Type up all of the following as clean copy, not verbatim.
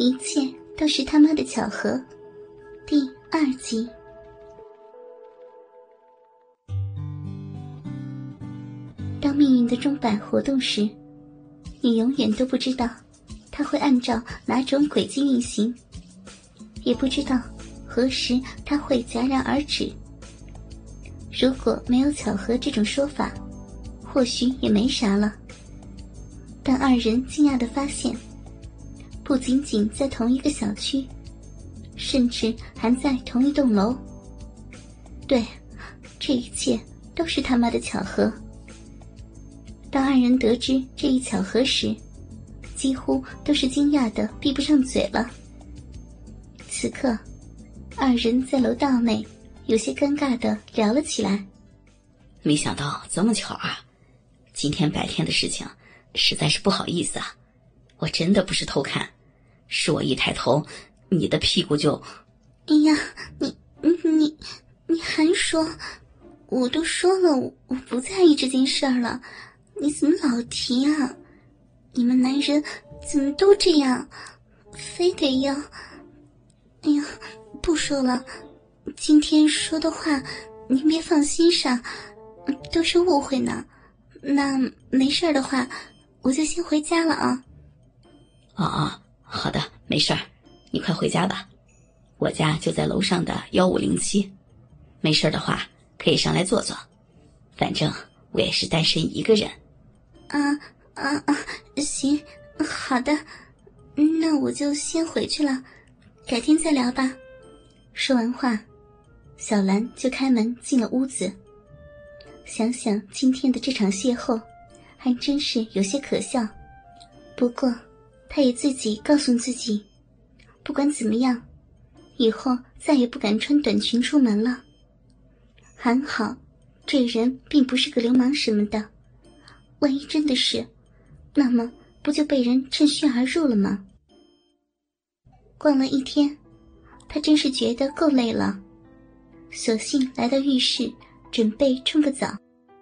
一切都是他妈的巧合。第2集。当命运的钟摆活动时，你永远都不知道它会按照哪种轨迹运行，也不知道何时它会戛然而止。如果没有巧合这种说法，或许也没啥了。但二人惊讶地发现，不仅仅在同一个小区，甚至还在同一栋楼。对，这一切都是他妈的巧合。当二人得知这一巧合时，几乎都是惊讶的闭不上嘴了。此刻，二人在楼道内有些尴尬地聊了起来。 没想到这么巧啊，今天白天的事情实在是不好意思啊，我真的不是偷看，是我一抬头，你的屁股就…… 哎呀，你还说，我都说了我不在意这件事儿了，你怎么老提啊？你们男人怎么都这样，非得要……哎呀，不说了，今天说的话您别放心上，都是误会呢。那没事的话，我就先回家了啊。 好的，没事儿，你快回家吧。我家就在楼上的1507，没事的话可以上来坐坐。反正我也是单身一个人。 行，好的，那我就先回去了，改天再聊吧。说完话，小兰就开门进了屋子。想想今天的这场邂逅，还真是有些可笑。不过，她也自己告诉自己，不管怎么样，以后再也不敢穿短裙出门了。还好，这人并不是个流氓什么的，万一真的是，那么不就被人趁虚而入了吗？逛了一天，她真是觉得够累了，索性来到浴室，准备冲个澡。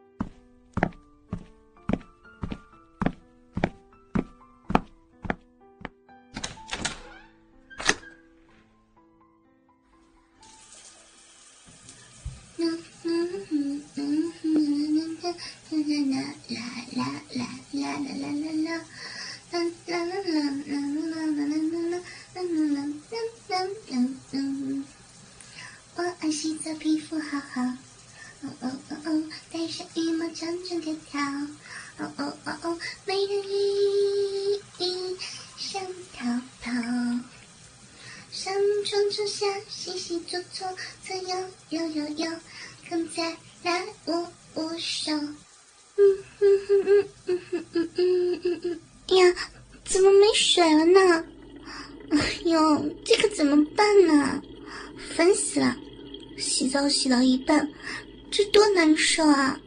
我爱洗澡，皮肤好好。带上羽毛长长条条。美人鱼想逃跑。上床床下洗洗搓搓，左右，看再来握手。呀，怎么没水了呢？哎呦，这可怎么办呢？烦死了！洗澡洗到一半，这多难受啊！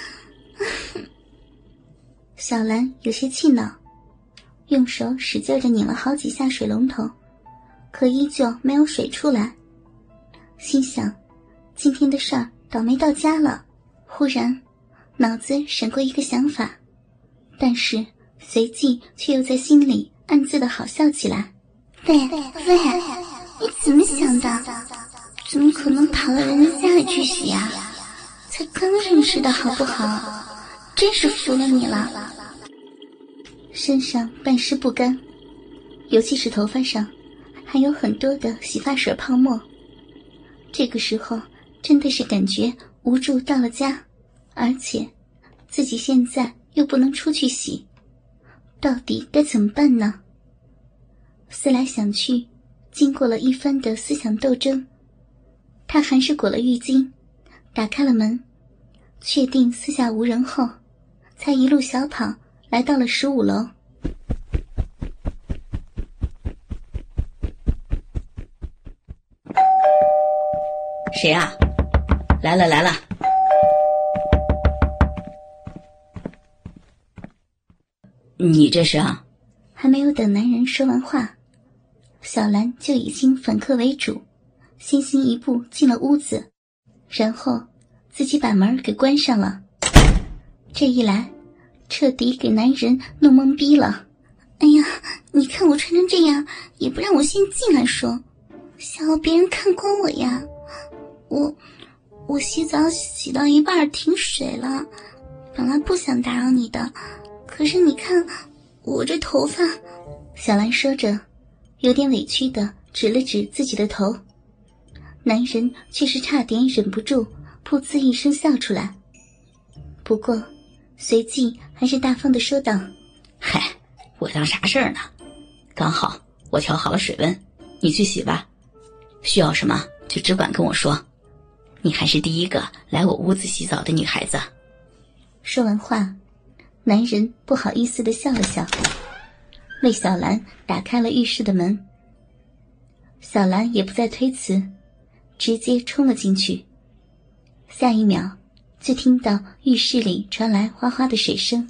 小兰有些气恼，用手使劲地拧了好几下水龙头，可依旧没有水出来。心想，今天的事儿倒霉到家了。忽然，脑子闪过一个想法，但是随即却又在心里暗自的好笑起来。喂，你怎么想的？怎么可能跑到人家家里去洗啊？才刚认识的好不好？真是服了你了。身上半湿不干，尤其是头发上还有很多的洗发水泡沫。这个时候真的是感觉无助到了家，而且自己现在又不能出去洗，到底该怎么办呢？思来想去，经过了一番的思想斗争，他还是裹了浴巾，打开了门，确定四下无人后，才一路小跑来到了15楼。 谁啊？来了。你这是啊？ 还没有等男人说完话，小兰就已经反客为主，先行一步进了屋子，然后自己把门给关上了。这一来，彻底给男人弄懵逼了。 哎呀，你看我穿成这样，也不让我先进来说，想要别人看光我呀？我洗澡洗到一半停水了，本来不想打扰你的，可是你看我这头发。小兰说着，有点委屈地指了指自己的头，男人却是差点忍不住噗呲一声笑出来，不过随即还是大方地说道： 嗨，我当啥事儿呢？刚好我调好了水温，你去洗吧，需要什么就只管跟我说，你还是第一个来我屋子洗澡的女孩子。 说完话，男人不好意思地笑了笑，为小兰打开了浴室的门。小兰也不再推辞，直接冲了进去。下一秒就听到浴室里传来哗哗的水声。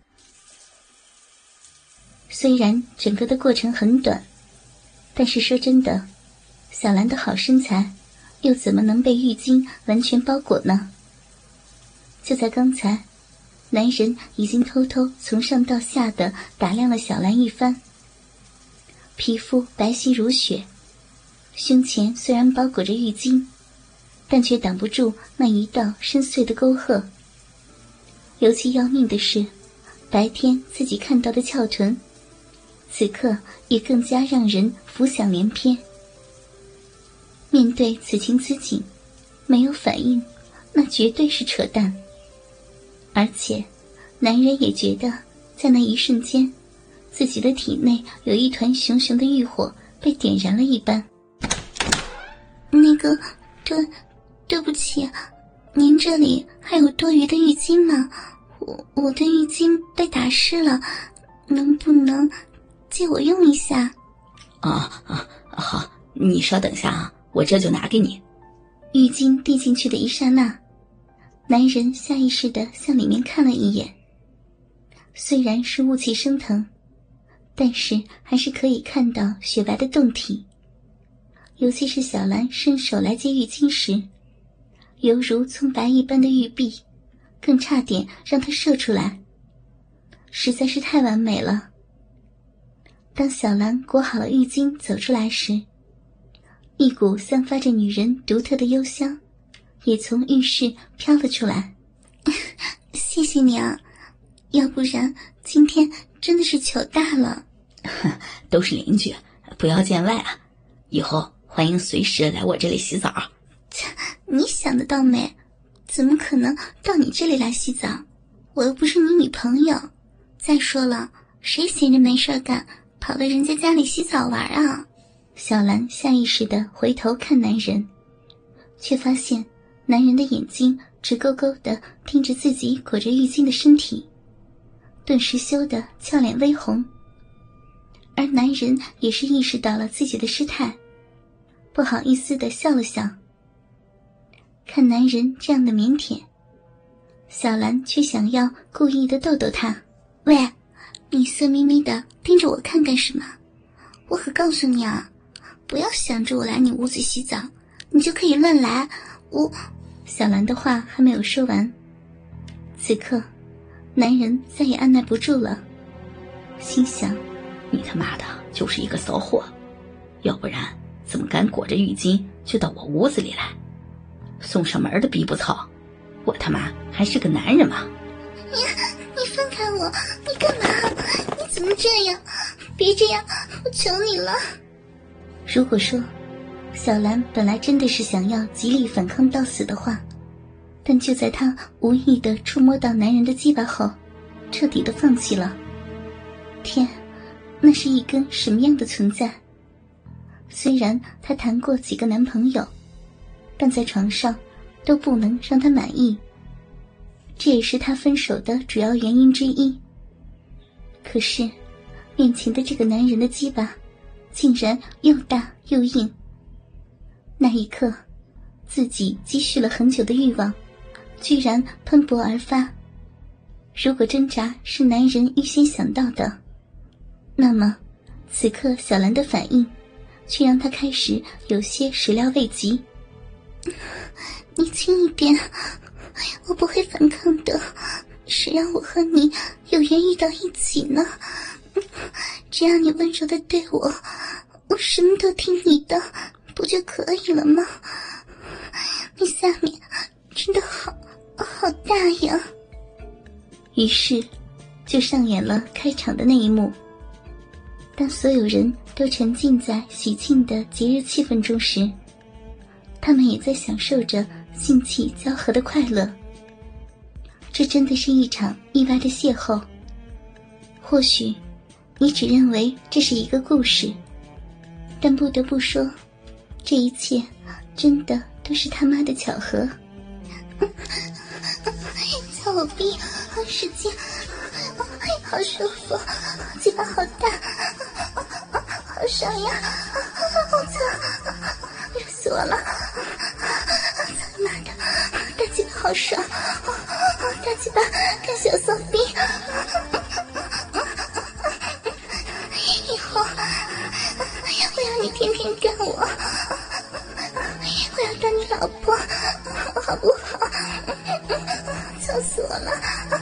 虽然整个的过程很短，但是说真的，小兰的好身材又怎么能被浴巾完全包裹呢？就在刚才，男人已经偷偷从上到下的打量了小兰一番。皮肤白皙如雪，胸前虽然包裹着浴巾，但却挡不住那一道深邃的沟壑。尤其要命的是，白天自己看到的翘臀，此刻也更加让人浮想联翩。面对此情此景，没有反应，那绝对是扯淡。而且男人也觉得在那一瞬间，自己的体内有一团熊熊的欲火被点燃了一般。那个对不起，您这里还有多余的浴巾吗？我的浴巾被打湿了，能不能借我用一下？ 好，你稍等下啊，我这就拿给你。 浴巾递进去的一刹那，男人下意识地向里面看了一眼。虽然是雾气升腾，但是还是可以看到雪白的胴体。尤其是小兰伸手来接浴巾时，犹如葱白一般的玉臂，更差点让她射出来，实在是太完美了。当小兰裹好了浴巾走出来时，一股散发着女人独特的幽香也从浴室飘了出来。谢谢你啊，要不然今天真的是糗大了。 都是邻居，不要见外啊，以后欢迎随时来我这里洗澡。 你想得到没？怎么可能到你这里来洗澡？我又不是你女朋友。再说了，谁闲着没事干跑到人家家里洗澡玩啊？小兰下意识地回头看男人，却发现男人的眼睛直勾勾地盯着自己裹着浴巾的身体，顿时羞得俏脸微红。而男人也是意识到了自己的失态，不好意思地笑了笑。看男人这样的腼腆，小兰却想要故意地逗逗他。喂，你色眯眯的盯着我看干什么？我可告诉你啊，不要想着我来你屋子洗澡，你就可以乱来。小兰的话还没有说完，此刻男人再也按耐不住了，心想， 你他妈的就是一个骚货，要不然怎么敢裹着浴巾就到我屋子里来？送上门的逼不糙，我他妈还是个男人吗？ 你放开我，你干嘛？你怎么这样？别这样，我求你了。如果说小兰本来真的是想要极力反抗到死的话，但就在她无意地触摸到男人的鸡巴后，彻底的放弃了。天，那是一根什么样的存在？虽然她谈过几个男朋友，但在床上都不能让她满意，这也是她分手的主要原因之一。可是面前的这个男人的鸡巴竟然又大又硬，那一刻自己积蓄了很久的欲望居然喷薄而发。如果挣扎是男人预先想到的，那么此刻小兰的反应却让她开始有些始料未及。你轻一点，我不会反抗的，谁让我和你有缘遇到一起呢？ 只要你温柔的对我，我什么都听你的，不就可以了吗？你下面真的好大呀。于是就上演了开场的那一幕。当所有人都沉浸在喜庆的节日气氛中时，他们也在享受着性气交合的快乐。这真的是一场意外的邂逅。或许你只认为这是一个故事，但不得不说，这一切真的都是他妈的巧合。叫我逼，好使劲，好舒服，鸡巴好大，好爽呀，好操，热死我了！操你妈的，大鸡巴好爽，大鸡巴看小骚逼。以后我要你天天干我，我要当你老婆，好不好？操死我了！